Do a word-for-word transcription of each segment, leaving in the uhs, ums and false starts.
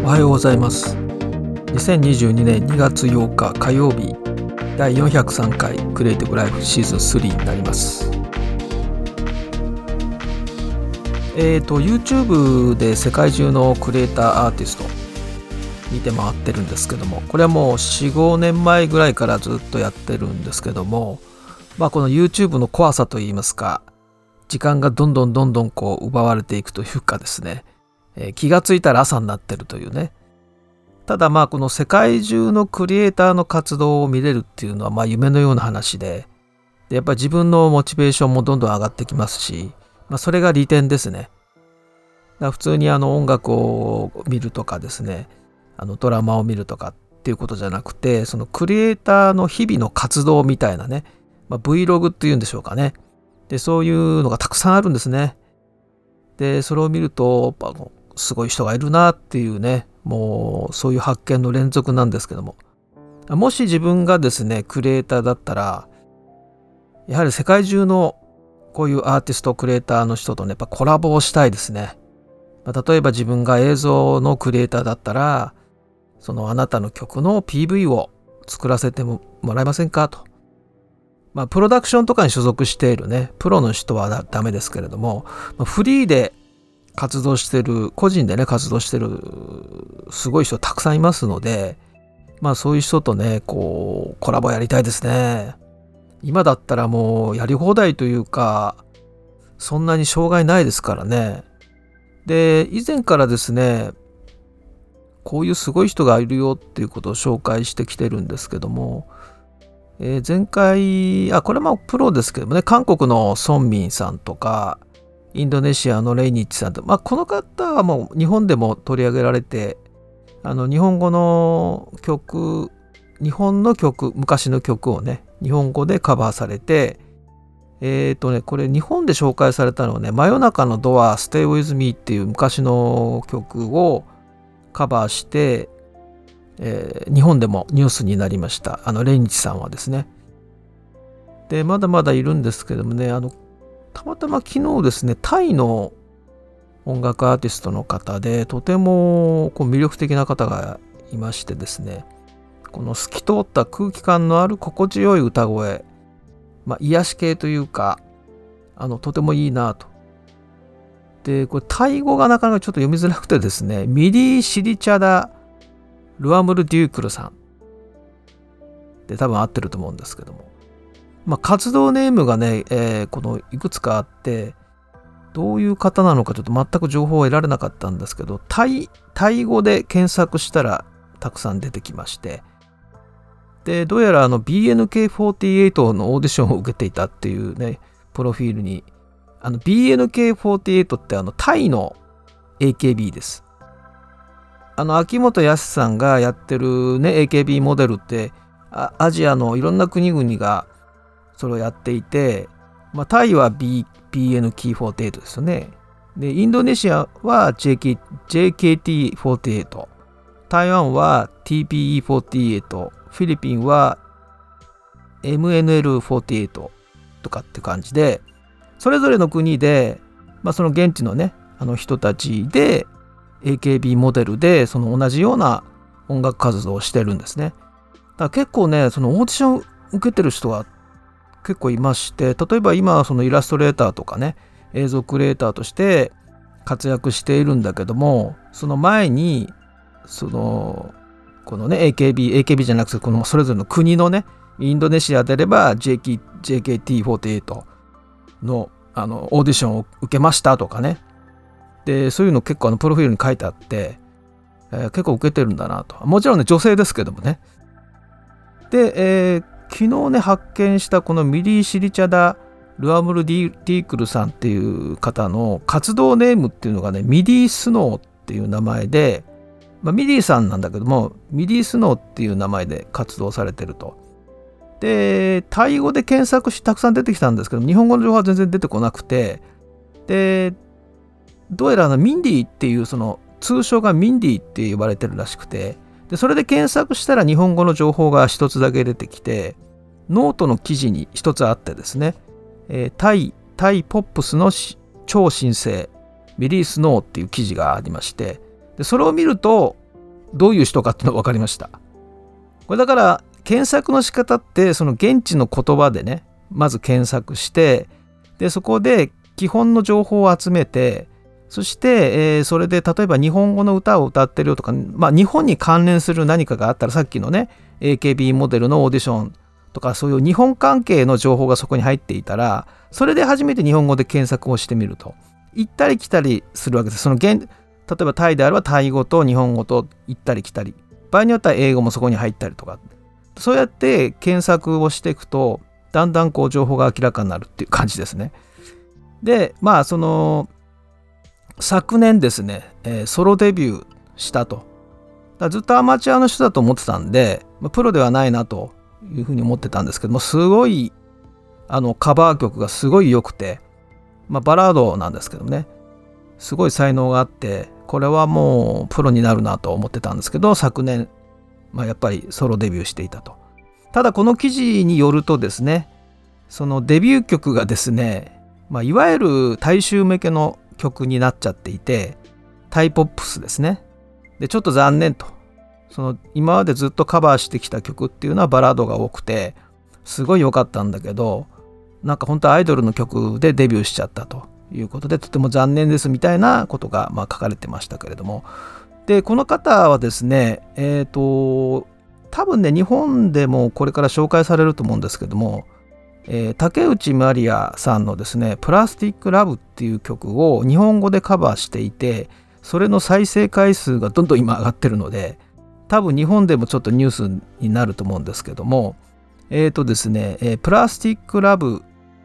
おはようございます。にせんにじゅうにねんにがつようか火曜日、だいよんひゃくさんかいクリエイティブライフシーズンスリーになります。えーと YouTube で世界中のクリエイターアーティスト見て回ってるんですけども、これはもう よん、ごねんまえぐらいからずっとやってるんですけども、まあこの YouTube の怖さといいますか、時間がどんどんどんどんこう奪われていくというかですね、えー、気がついたら朝になってるというね。ただまあこの世界中のクリエイターの活動を見れるっていうのはまあ夢のような話で、でやっぱり自分のモチベーションもどんどん上がってきますし、まあ、それが利点ですね。だから普通にあの音楽を見るとかですね、あのドラマを見るとかっていうことじゃなくて、そのクリエイターの日々の活動みたいなね、まあ、Vlog っていうんでしょうかね。でそういうのがたくさんあるんですね。でそれを見るとあのすごい人がいるなっていうね、もうそういう発見の連続なんですけども、もし自分がですねクリエイターだったら、やはり世界中のこういうアーティストクリエイターの人とねやっぱコラボをしたいですね。まあ、例えば自分が映像のクリエイターだったら、そのあなたの曲の ピーブイ を作らせてもらえませんかと。まあ、プロダクションとかに所属しているね、プロの人はダメですけれども、フリーで活動してる、個人でね、活動してる、すごい人たくさんいますので、まあそういう人とね、こう、コラボやりたいですね。今だったらもうやり放題というか、そんなに障害ないですからね。で、以前からですね、こういうすごい人がいるよっていうことを紹介してきてるんですけども、えー、前回、あ、これもプロですけどもね、韓国のソンミンさんとか、インドネシアのレイニッチさんと、まあ、この方はもう日本でも取り上げられて、あの日本語の曲、日本の曲、昔の曲をね、日本語でカバーされて、えっとね、これ日本で紹介されたのはね、真夜中のドア、Stay With Me っていう昔の曲をカバーして、えー、日本でもニュースになりました。あのレイニチさんはですね。でまだまだいるんですけどもね、あのたまたま昨日ですね、タイの音楽アーティストの方でとてもこう魅力的な方がいましてですね、この透き通った空気感のある心地よい歌声、まあ、癒し系というか、あのとてもいいなと。でこれタイ語がなかなかちょっと読みづらくてですね、ミリー・シリチャダ・ルアムル・デュークルさんで多分合ってると思うんですけども、まあ、活動ネームがね、えー、このいくつかあって、どういう方なのかちょっと全く情報を得られなかったんですけど、タイ、タイ語で検索したらたくさん出てきまして、でどうやらあの ビーエヌケーフォーティーエイト のオーディションを受けていたっていうね、プロフィールに、あの ビーエヌケーフォーティーエイト ってあのタイの エーケービー です。あの秋元康さんがやってるね エーケービー モデルって、アジアのいろんな国々がそれをやっていて、まあ、タイは ビーエヌケーフォーティーエイト ですよね。でインドネシアは ジェーケー ジェーケーティーフォーティーエイト、 台湾は ティーピーイーフォーティーエイト、 フィリピンは エムエヌエルフォーティーエイト とかって感じで、それぞれの国で、まあ、その現地のねあの人たちでエーケービー モデルでその同じような音楽活動をしてるんですね。だから結構ね、そのオーディション受けてる人が結構いまして、例えば今はそのイラストレーターとかね、映像クリエイターとして活躍しているんだけども、その前にそのこのね エーケービー、エーケービー じゃなくてこのそれぞれの国のね、インドネシアであれば ジェーケー、ジェーケーティーフォーティーエイト のあのオーディションを受けましたとかね、でそういうの結構あのプロフィールに書いてあって、えー、結構受けてるんだなと。もちろんね女性ですけどもね。で、えー、昨日ね発見したこのミリー・シリチャダ・ルアムル・ディークルさんっていう方の活動ネームっていうのがね、ミディ・スノーっていう名前で、まあ、ミディさんなんだけどもミディ・スノーっていう名前で活動されてると。でタイ語で検索してたくさん出てきたんですけど、日本語の情報は全然出てこなくて、でどうやらあのミンディっていうその通称がミンディって呼ばれてるらしくて、でそれで検索したら日本語の情報が一つだけ出てきて、ノートの記事に一つあってですね、えー、タイタイポップスの超新星ミリー・スノーっていう記事がありまして、でそれを見るとどういう人かっていうのが分かりました。これだから検索の仕方ってその現地の言葉でねまず検索して、でそこで基本の情報を集めて、そして、えー、それで例えば日本語の歌を歌ってるよとか、まあ、日本に関連する何かがあったら、さっきのね エーケービー モデルのオーディションとかそういう日本関係の情報がそこに入っていたら、それで初めて日本語で検索をしてみると行ったり来たりするわけです。その現例えばタイであればタイ語と日本語と行ったり来たり、場合によっては英語もそこに入ったりとか、そうやって検索をしていくとだんだんこう情報が明らかになるっていう感じですね。でまあその昨年ですね、えー、ソロデビューしたと。だからずっとアマチュアの人だと思ってたんで、まあ、プロではないなというふうに思ってたんですけども、すごいあのカバー曲がすごい良くて、まあ、バラードなんですけどね、すごい才能があって、これはもうプロになるなと思ってたんですけど、昨年、まあ、やっぱりソロデビューしていたと。ただこの記事によるとですね、そのデビュー曲がですね、まあ、いわゆる大衆向けの曲になっちゃっていて、タイポップスですね。でちょっと残念と。その今までずっとカバーしてきた曲っていうのはバラードが多くてすごい良かったんだけど、なんか本当アイドルの曲でデビューしちゃったということで、とても残念ですみたいなことがまあ書かれてましたけれども、でこの方はですね、えっと多分ね日本でもこれから紹介されると思うんですけども、えー、竹内まりやさんのですねプラスティックラブっていう曲を日本語でカバーしていて、それの再生回数がどんどん今上がってるので、多分日本でもちょっとニュースになると思うんですけども、えっとですね、えー、プラスティックラブ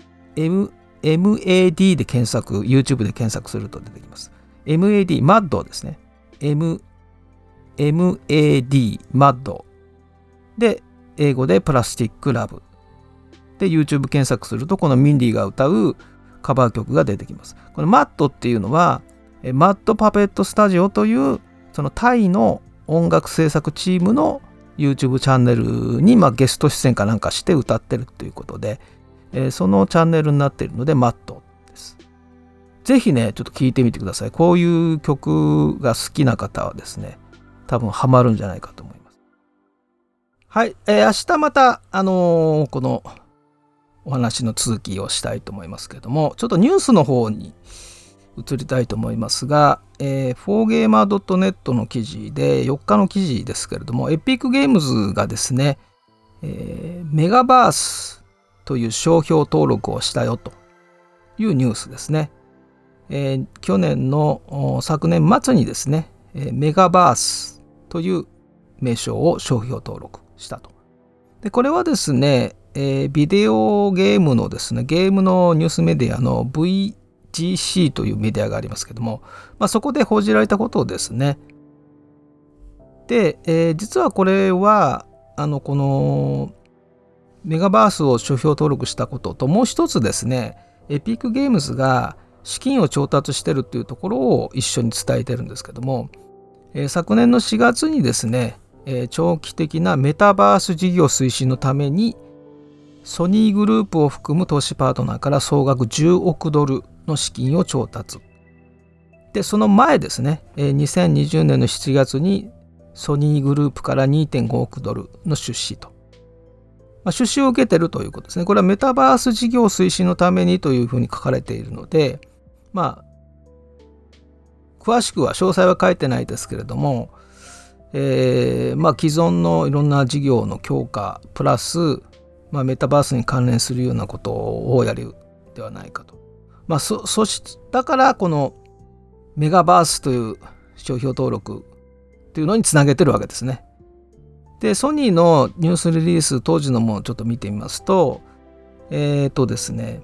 Mエムエーディー で検索、 YouTube で検索すると出てきます。 エムエーディー マッドですね、 M エムエーディー マッドで英語でプラスティックラブで YouTube 検索すると、このミンディが歌うカバー曲が出てきます。このマッドっていうのはマッドパペットスタジオというそのタイの音楽制作チームの YouTube チャンネルにまあゲスト出演かなんかして歌ってるということで、えー、そのチャンネルになっているのでマッドです。ぜひねちょっと聞いてみてください。こういう曲が好きな方はですね多分ハマるんじゃないかと思います。はい、えー、明日またあのー、このお話の続きをしたいと思いますけれども、ちょっとニュースの方に移りたいと思いますが、えー、フォーゲーマードットネット の記事でよっかの記事ですけれども、エピックゲームズがですね、えー、メガバースという商標登録をしたよというニュースですね。えー、去年の昨年末にですね、えー、メガバースという名称を商標登録したと。でこれはですね、えー、ビデオゲームのですね、ゲームのニュースメディアの ブイジーシー というメディアがありますけども、まあ、そこで報じられたことをですね。で、えー、実はこれはあのこのメガバースを商標登録したことと、もう一つですね、エピックゲームズが資金を調達してるっていうところを一緒に伝えてるんですけども、えー、昨年のしがつにですね、えー、長期的なメタバース事業推進のためにソニーグループを含む投資パートナーから総額じゅうおくドルの資金を調達。でその前ですね、えー、にせんにじゅうねんのしちがつにソニーグループから にてんごおくドルの出資と、まあ、出資を受けているということですね。これはメタバース事業推進のためにというふうに書かれているので、まあ詳しくは詳細は書いてないですけれども、えー、まあ既存のいろんな事業の強化プラス、まあ、メタバースに関連するようなことをやるではないかと。まあ、そ, そしだからこのメガバースという商標登録というのにつなげてるわけですね。でソニーのニュースリリース当時のものをちょっと見てみますと、えっ、ー、とですね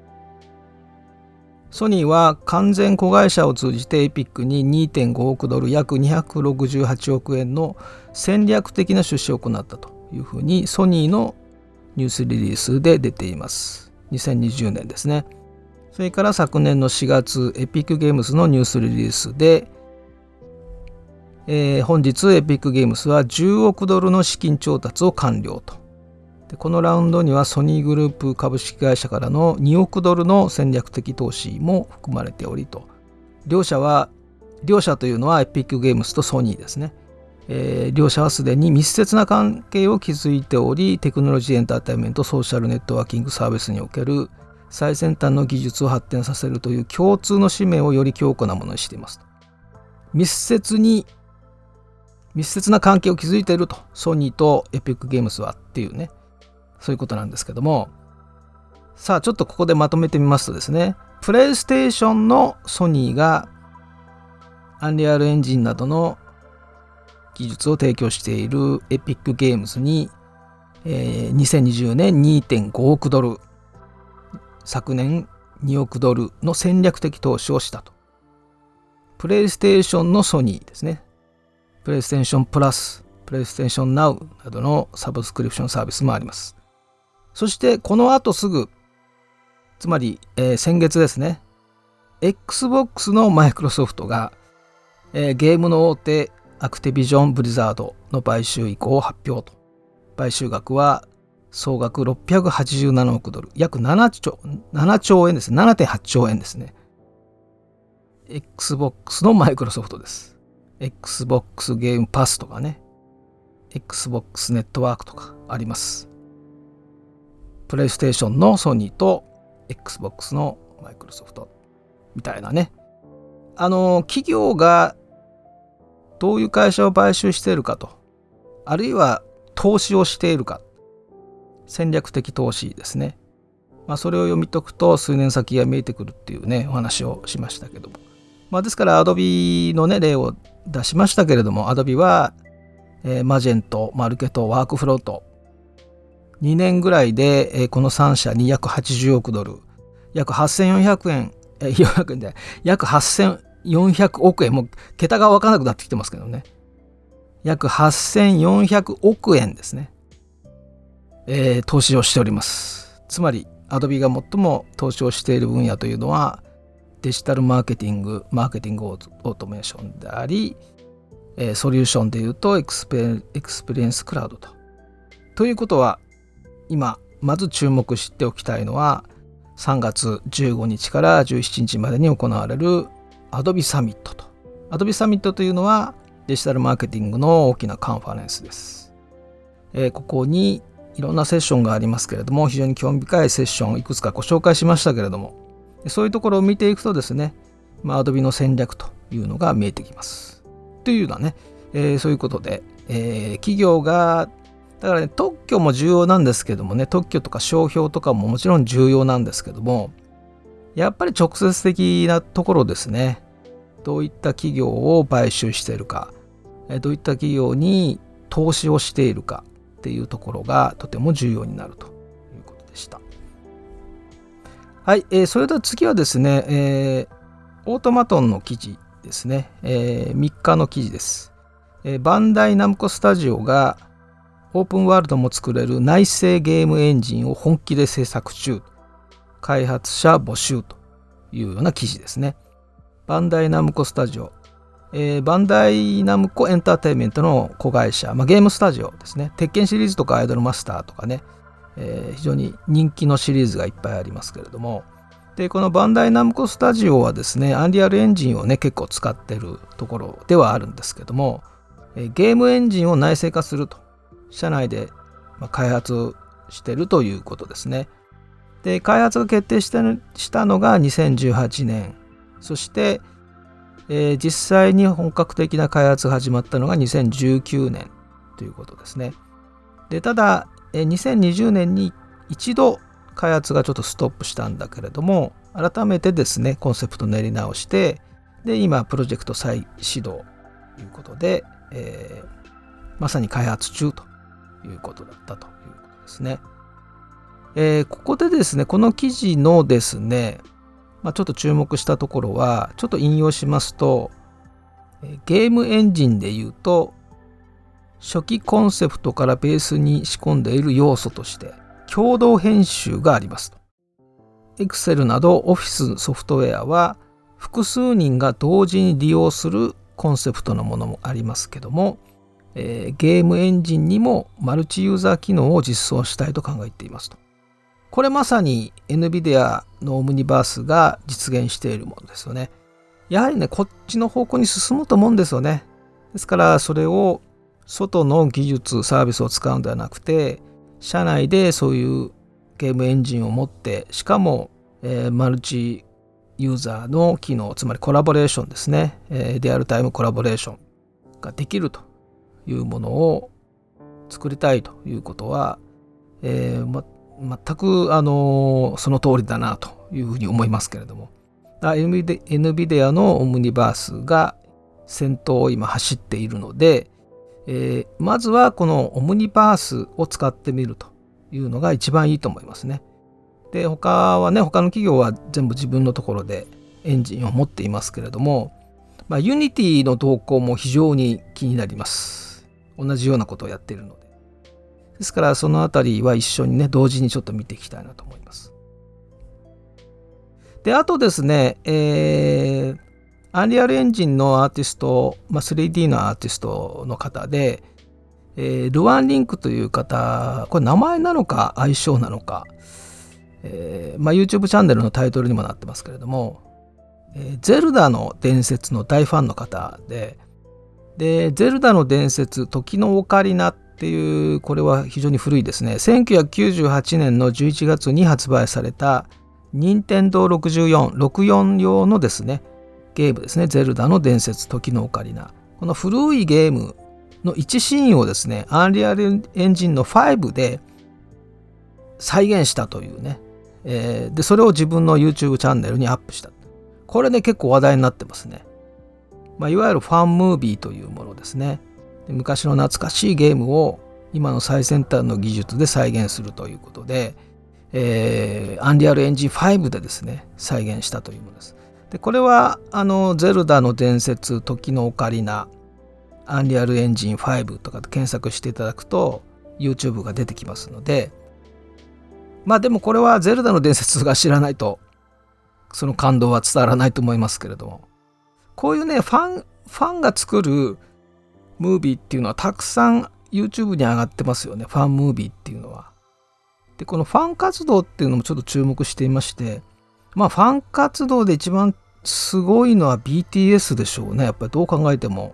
ソニーは完全子会社を通じてエピックに にてんごおくドル約にひゃくろくじゅうはちおくえんの戦略的な出資を行ったというふうにソニーのニュースリリースで出ています。にせんにじゅうねんですね。それから昨年のしがつエピックゲームズのニュースリリースで、えー、本日エピックゲームズはじゅうおくドルの資金調達を完了と。でこのラウンドにはソニーグループ株式会社からのにおくドルの戦略的投資も含まれておりと、両社は両社というのはエピックゲームズとソニーですね、 えー、両者はすでに密接な関係を築いており、テクノロジーエンターテインメントソーシャルネットワーキングサービスにおける最先端の技術を発展させるという共通の使命をより強固なものにしています。密接に密接な関係を築いていると、ソニーとエピックゲームズはっていうね、そういうことなんですけども、さあちょっとここでまとめてみますとですね、プレイステーションのソニーがアンリアルエンジンなどの技術を提供しているエピックゲームズに、えー、にせんにじゅうねん にてんごおくドル、昨年におくドルの戦略的投資をしたと。プレイステーションのソニーですね。プレイステーションプラス、プレイステーションナウなどのサブスクリプションサービスもあります。そしてこの後すぐ、つまり、えー、先月ですね、Xbox のマイクロソフトが、えー、ゲームの大手アクティビジョン・ブリザードの買収意向を発表と。買収額は総額ろっぴゃくはちじゅうななおくドル、約ななちょうえんですね。ななてんはちちょうえんですね。Xbox のマイクロソフトです。Xbox ゲームパスとかね、Xbox ネットワークとかあります。プレイステーションのソニーと Xbox のマイクロソフトみたいなね。あの、企業がどういう会社を買収しているかと、あるいは投資をしているか、戦略的投資ですね。まあ、それを読み解くと数年先が見えてくるっていうね、お話をしましたけども。まあ、ですから Adobe のね、例を出しましたけれども、Adobe は、えー、マジェント、マルケト、ワークフロート、にねんぐらいで、えー、このさん社に約はちじゅうおくドル、約はっせんよんひゃくえん、えー、よんひゃくえんで、約はっせんよんひゃくおくえん、もう桁が分からなくなってきてますけどね。約はっせんよんひゃくおくえんですね。えー、投資をしております。つまり、Adobe が最も投資をしている分野というのは、デジタルマーケティング、マーケティングオートメーションであり、えー、ソリューションでいうとエクスペ、エクスペリエンスクラウドと。ということは、今、まず注目しておきたいのは、さんがつじゅうごにちからじゅうしちにちまでに行われる Adobe サミットと。Adobe サミットというのはデジタルマーケティングの大きなカンファレンスです。えー、ここにいろんなセッションがありますけれども、非常に興味深いセッションをいくつかご紹介しましたけれども、そういうところを見ていくとですね、まあ、Adobe の戦略というのが見えてきます。というようなね、えー、そういうことで、えー、企業がだからね、特許も重要なんですけどもね、特許とか商標とかももちろん重要なんですけども、やっぱり直接的なところですね。どういった企業を買収しているか、どういった企業に投資をしているかっていうところがとても重要になるということでした。はい、えー、それでは次はですね、えー、オートマトンの記事ですね、えー、みっかの記事です。えー、バンダイナムコスタジオがオープンワールドも作れる内製ゲームエンジンを本気で制作中、開発者募集というような記事ですね。バンダイナムコスタジオ、えー、バンダイナムコエンターテインメントの子会社、まあ、ゲームスタジオですね。鉄拳シリーズとかアイドルマスターとかね、えー、非常に人気のシリーズがいっぱいありますけれども、でこのバンダイナムコスタジオはですね、アンリアルエンジンをね結構使ってるところではあるんですけども、えー、ゲームエンジンを内製化すると。社内で開発しているということですね。で、開発が決定したの、したのがにせんじゅうはちねん。そして、えー、実際に本格的な開発が始まったのがにせんじゅうきゅうねんということですね。で、ただ、えー、にせんにじゅうねんに一度開発がちょっとストップしたんだけれども、改めてですね、コンセプト練り直して、で、今、プロジェクト再始動ということで、えー、まさに開発中ということだったということですね。えー、ここでですね、この記事のですね、まあ、ちょっと注目したところは、ちょっと引用しますと、ゲームエンジンでいうと、初期コンセプトからベースに仕込んでいる要素として、共同編集がありますと。Excel など Office ソフトウェアは、複数人が同時に利用するコンセプトのものもありますけども、えー、ゲームエンジンにもマルチユーザー機能を実装したいと考えていますと。これまさに エヌビディア のオムニバースが実現しているものですよね。やはりね、こっちの方向に進むと思うんですよね。ですからそれを外の技術サービスを使うんではなくて、社内でそういうゲームエンジンを持って、しかも、えー、マルチユーザーの機能、つまりコラボレーションですね、えー、リアルタイムコラボレーションができるというものを作りたいということは、えーま、全く、あのー、その通りだなというふうに思いますけれども、エヌビディア のオムニバースが先頭を今走っているので、えー、まずはこのオムニバースを使ってみるというのが一番いいと思いますね。で、他はね、他の企業は全部自分のところでエンジンを持っていますけれども、まあ、Unity の動向も非常に気になります。同じようなことをやっているので。ですからそのあたりは一緒にね、同時にちょっと見ていきたいなと思います。で、あとですね、えー、アンリアルエンジンのアーティスト、まあ、スリーディー のアーティストの方で、えー、ルワンリンクという方、これ名前なのか愛称なのか、えーまあ、YouTube チャンネルのタイトルにもなってますけれども、えー、ゼルダの伝説の大ファンの方で、で、ゼルダの伝説、時のオカリナっていう、これは非常に古いですね。せんきゅうひゃくきゅうじゅうはちねんのじゅういちがつに発売された、任天堂ろくじゅうよん、ろくじゅうよん用のですね、ゲームですね。ゼルダの伝説、時のオカリナ。この古いゲームの一シーンをですね、アンリアルエンジンのごで再現したというね。えー、で、それを自分の YouTube チャンネルにアップした。これね、結構話題になってますね。まあ、いわゆるファンムービーというものですね。で、昔の懐かしいゲームを今の最先端の技術で再現するということで、えー、アンリアルエンジンごでですね、再現したというものです。で、これは、あの、ゼルダの伝説、時のオカリナ、アンリアルエンジンごとかで検索していただくと、YouTube が出てきますので、まあでもこれはゼルダの伝説が知らないと、その感動は伝わらないと思いますけれども、こういうね、ファン、ファンが作るムービーっていうのはたくさん YouTube に上がってますよね、ファンムービーっていうのは。で、このファン活動っていうのもちょっと注目していまして、まあファン活動で一番すごいのは ビーティーエス でしょうね。やっぱりどう考えても。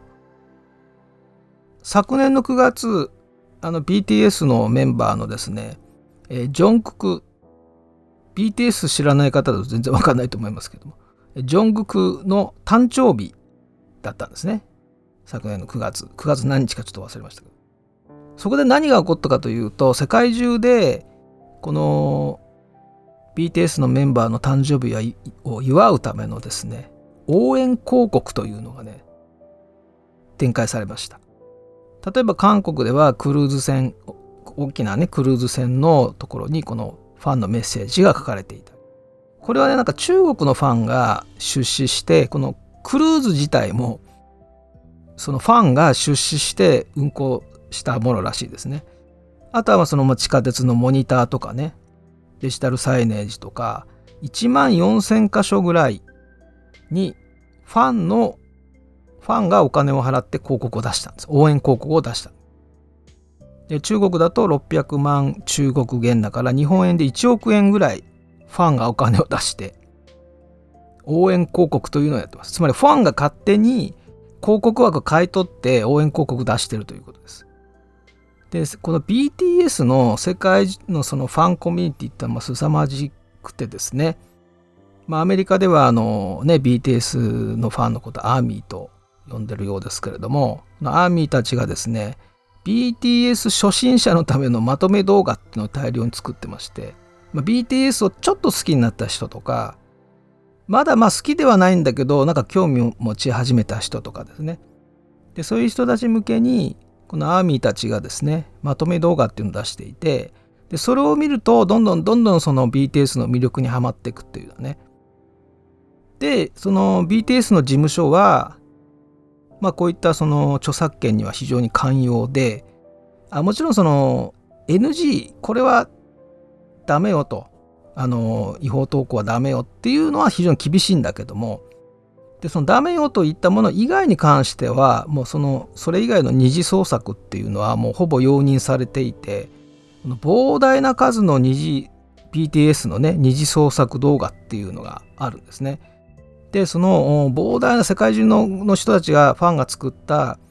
昨年のくがつ、あの ビーティーエス のメンバーのですね、えー、ジョングク、ビーティーエス 知らない方だと全然わかんないと思いますけども、ジョングクの誕生日だったんですね。昨年のくがつ。くがつ何日かちょっと忘れましたけど。そこで何が起こったかというと、世界中でこの ビーティーエス のメンバーの誕生日を祝うためのですね、応援広告というのがね、展開されました。例えば韓国ではクルーズ船、大きなね、クルーズ船のところにこのファンのメッセージが書かれていた。これはね、なんか中国のファンが出資して、このクルーズ自体も、そのファンが出資して運航したものらしいですね。あとはその地下鉄のモニターとかね、デジタルサイネージとか、いちまんよんせんかしょぐらいにファンの、ファンがお金を払って広告を出したんです。応援広告を出した。で、中国だとろっぴゃくまん中国元だから日本円でいちおくえんぐらいファンがお金を出して応援広告というのをやってます。つまりファンが勝手に広告枠を買い取って応援広告出してるということです。で、この ビーティーエス の世界のそのファンコミュニティってのは凄まじくてですね、まあアメリカではあのね ビーティーエス のファンのことアーミーと呼んでるようですけれども、アーミーたちがですね ビーティーエス 初心者のためのまとめ動画っていうのを大量に作ってまして、まあ、ビーティーエス をちょっと好きになった人とか、まだまあ好きではないんだけどなんか興味を持ち始めた人とかですね、でそういう人たち向けにこのアーミーたちがですねまとめ動画っていうのを出していて、でそれを見るとどんどんどんどんその ビーティーエス の魅力にはまっていくっていうのね。でその ビーティーエス の事務所はまあこういったその著作権には非常に寛容で、あもちろんその エヌジー これはダメよと、あの違法投稿はダメよっていうのは非常に厳しいんだけども、でそのダメよといったもの以外に関してはもうそのそれ以外の二次創作っていうのはもうほぼ容認されていて、膨大な数の二次 ビーティーエス のね二次創作動画っていうのがあるんですね。でその膨大な世界中 の, の人たちがファンが作った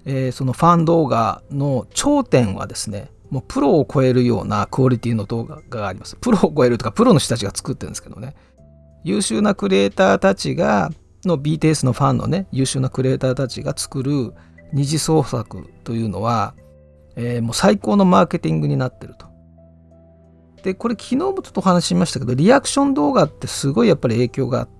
えー、そのファン動画の頂点はですね、もうプロを超えるようなクオリティの動画があります。プロを超えるとかプロの人たちが作ってるんですけどね、優秀なクリエイターたちがの ビーティーエス のファンのね優秀なクリエイターたちが作る二次創作というのは、えー、もう最高のマーケティングになってると。でこれ昨日もちょっとお話ししましたけど、リアクション動画ってすごいやっぱり影響があって、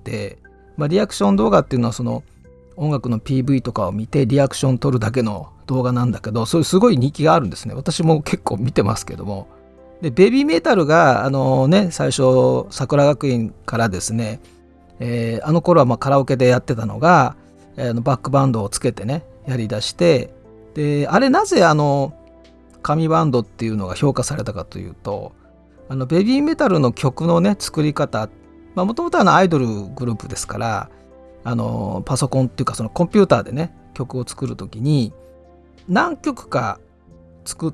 まあ、リアクション動画っていうのはその音楽の ピーブイ とかを見てリアクション撮るだけの動画なんだけど、それすごい人気があるんですね。私も結構見てますけども。でベビーメタルがあのね最初桜学院からですね、えー、あの頃はまあカラオケでやってたのが、えー、バックバンドをつけてねやりだして、であれなぜあの紙バンドっていうのが評価されたかというと、あのベビーメタルの曲のね作り方、もともとアイドルグループですから、あのパソコンっていうかそのコンピューターでね曲を作るときに何曲か作って、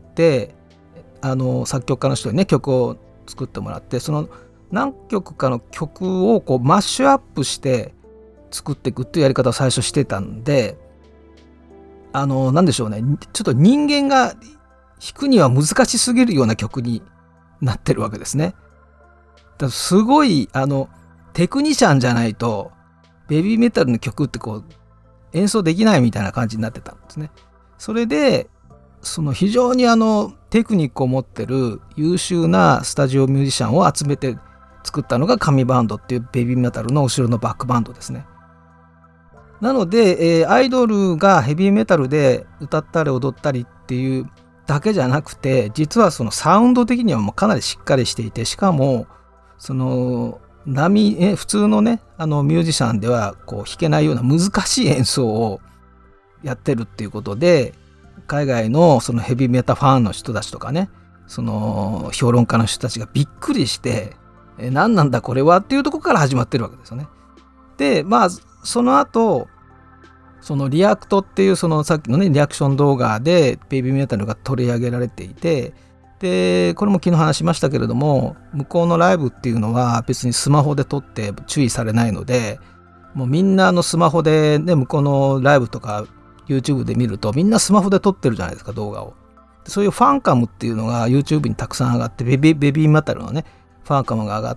あの作曲家の人にね曲を作ってもらって、その何曲かの曲をこうマッシュアップして作っていくっていうやり方を最初してたんで、あのなんでしょうね、ちょっと人間が弾くには難しすぎるような曲になってるわけですね。だからすごいあのテクニシャンじゃないとベビーメタルの曲ってこう演奏できないみたいな感じになってたんですね。それでその非常にあのテクニックを持ってる優秀なスタジオミュージシャンを集めて作ったのが紙バンドっていうベビーメタルの後ろのバックバンドですね。なので、えー、アイドルがヘビーメタルで歌ったり踊ったりっていうだけじゃなくて、実はそのサウンド的にはもうかなりしっかりしていて、しかもその波え普通のねあのミュージシャンではこう弾けないような難しい演奏をやってるっていうことで、海外のそのヘビーメタファンの人たちとかね、その評論家の人たちがびっくりして、え何なんだこれはっていうところから始まってるわけですよね。でまあその後そのリアクトっていうそのさっきのねリアクション動画でベビーメタルが取り上げられていて、でこれも昨日話しましたけれども、向こうのライブっていうのは別にスマホで撮って注意されないので、もうみんなのスマホでね向こうのライブとか YouTube で見るとみんなスマホで撮ってるじゃないですか動画を。そういうファンカムっていうのが YouTube にたくさん上がって、ベビーベビーメタルのねファンカムが上がって、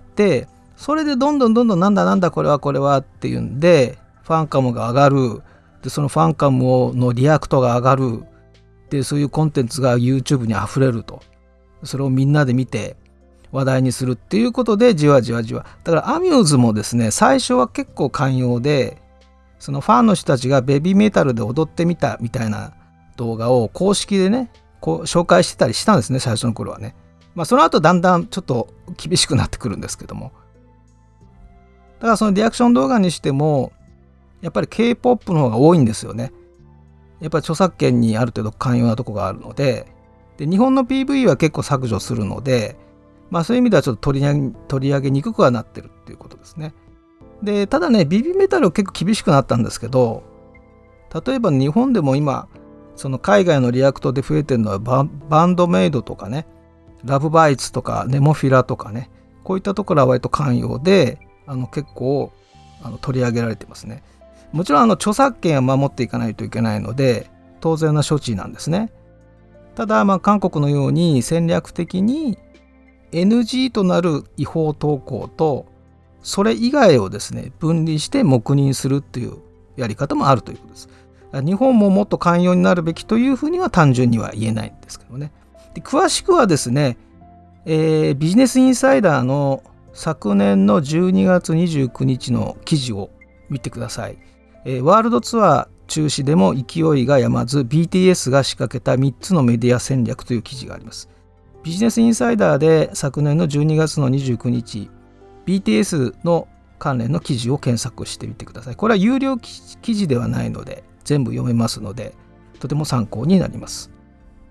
それでどんどんどんどんなんだなんだこれはこれはっていうんでファンカムが上がる。でそのファンカムをのリアクトが上がる。でそういうコンテンツが YouTube にあふれると、それをみんなで見て話題にするっていうことでじわじわじわ、だからアミューズもですね最初は結構寛容で、そのファンの人たちがベビーメタルで踊ってみたみたいな動画を公式でねこう紹介してたりしたんですね最初の頃はね。まあその後だんだんちょっと厳しくなってくるんですけども、だからそのリアクション動画にしてもやっぱり K-ポップ の方が多いんですよね。やっぱり著作権にある程度寛容なとこがあるので、で日本の ピーブイ は結構削除するので、まあそういう意味ではちょっと取り上げ、取り上げにくくはなってるっていうことですね。でただねベビーメタル結構厳しくなったんですけど、例えば日本でも今その海外のリアクトで増えてるのは バ, バンドメイドとかね、ラブバイツとかネモフィラとかね、こういったところは割と寛容であの結構あの取り上げられてますね。もちろんあの著作権は守っていかないといけないので当然な処置なんですね。ただまあ韓国のように戦略的に エヌジー となる違法投稿とそれ以外をですね分離して黙認するっていうやり方もあるということです。日本ももっと寛容になるべきというふうには単純には言えないんですけどね。で詳しくはですね、えー、ビジネスインサイダーの昨年のじゅうにがつにじゅうくにちの記事を見てください。えー、ワールドツアー中止でも勢いが止まず ビーティーエス が仕掛けたみっつのメディア戦略という記事があります。ビジネスインサイダーで昨年のじゅうにがつのにじゅうくにち ビーティーエス の関連の記事を検索してみてください。これは有料記事ではないので全部読めますのでとても参考になります。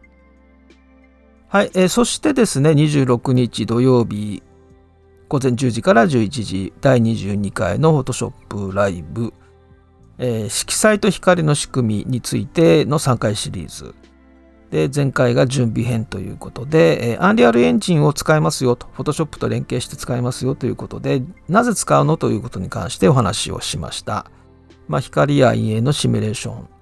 はい、えー、そしてですねにじゅうろくにち土曜日ごぜんじゅうじからじゅういちじだいにじゅうにかいのフォトショップライブ、えー、色彩と光の仕組みについてのさんかいシリーズで、前回が準備編ということで、えー、アンリアルエンジンを使えますよと、フォトショップと連携して使えますよということで、なぜ使うのということに関してお話をしました。まあ、光や陰影のシミュレーション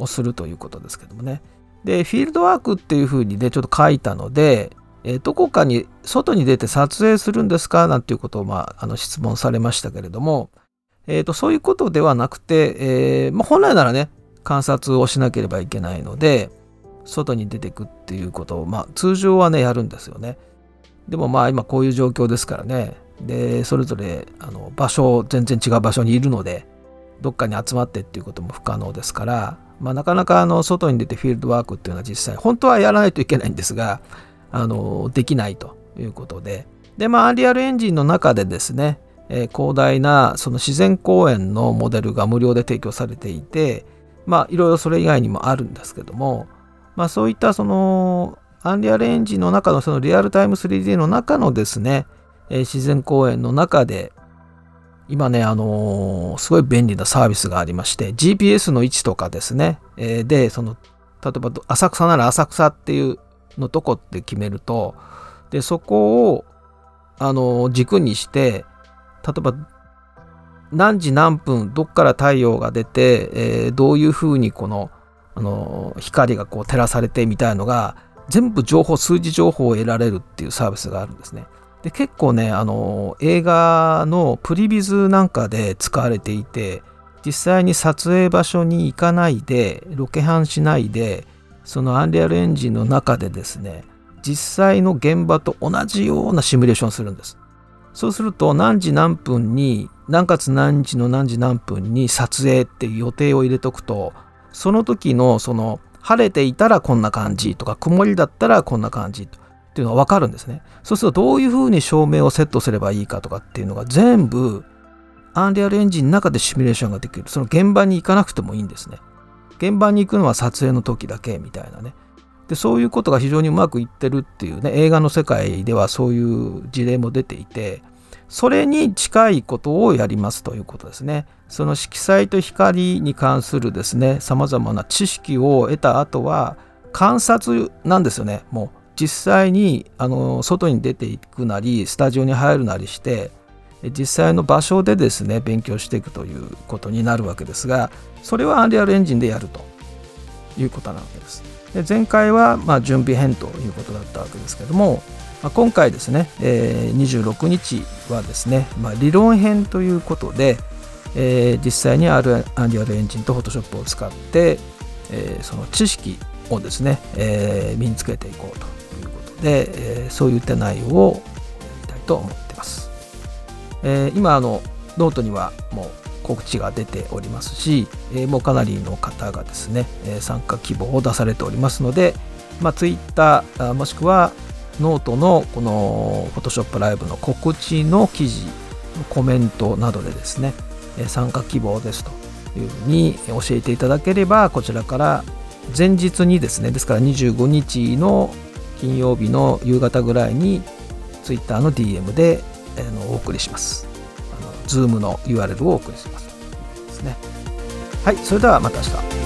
をするということですけどもね。でフィールドワークっていうふうにねちょっと書いたので、えー、どこかに外に出て撮影するんですかなんていうことを、まあ、あの質問されましたけれども、えー、とそういうことではなくて、えーまあ、本来ならね観察をしなければいけないので外に出ていくっていうことを、まあ、通常はねやるんですよね。でもまあ今こういう状況ですからね、でそれぞれあの場所全然違う場所にいるのでどっかに集まってっていうことも不可能ですから、まあ、なかなかあの外に出てフィールドワークっていうのは実際本当はやらないといけないんですがあのできないということで、でまあアンリアルエンジンの中でですね、えー、広大なその自然公園のモデルが無料で提供されていて、まあいろいろそれ以外にもあるんですけども、まあそういったそのアンリアルエンジンの中のそのリアルタイム スリーディー の中のですね、えー、自然公園の中で今ね、あのー、すごい便利なサービスがありまして、ジーピーエス の位置とかですね、えー、で、その、例えば浅草なら浅草っていうのどこって決めると、で、そこを、あのー、軸にして、例えば、何時何分、どっから太陽が出て、えー、どういうふうにこの、あのー、光がこう照らされてみたいのが、全部情報、数字情報を得られるっていうサービスがあるんですね。で結構ねあの映画のプリビズなんかで使われていて、実際に撮影場所に行かないでロケハンしないでそのアンリアルエンジンの中でですね実際の現場と同じようなシミュレーションをするんです。そうすると何時何分に何月何日の何時何分に撮影っていう予定を入れとくと、その時のその晴れていたらこんな感じとか曇りだったらこんな感じとっていうのが分かるんですね。そうするとどういうふうに照明をセットすればいいかとかっていうのが全部アンリアルエンジンの中でシミュレーションができる。その現場に行かなくてもいいんですね。現場に行くのは撮影の時だけみたいなね。でそういうことが非常にうまくいってるっていうね、映画の世界ではそういう事例も出ていて、それに近いことをやりますということですね。その色彩と光に関するですねさまざまな知識を得た後は観察なんですよね。もう実際にあの外に出ていくなりスタジオに入るなりして実際の場所でですね勉強していくということになるわけですが、それはアンリアルエンジンでやるということなわけです。で前回はまあ準備編ということだったわけですけども、まあ、今回ですね、えー、にじゅうろくにちはですね、まあ、理論編ということで、えー、実際にアンリアルエンジンと Photoshop を使って、えー、その知識をですね、えー、身につけていこうとで、えー、そういった内容をやりたいと思っています。えー、今あのノートにはもう告知が出ておりますし、えー、もうかなりの方がですね、えー、参加希望を出されておりますので、まあ、Twitter もしくはノートのこの Photoshop ライブの告知の記事のコメントなどでですね、えー、参加希望ですというふうに教えていただければ、こちらから前日にですね、ですからにじゅうごにちの金曜日の夕方ぐらいに Twitter の ディーエム であのお送りします。あの Zoom の ユーアールエル をお送りしますですね。はい、それではまた明日。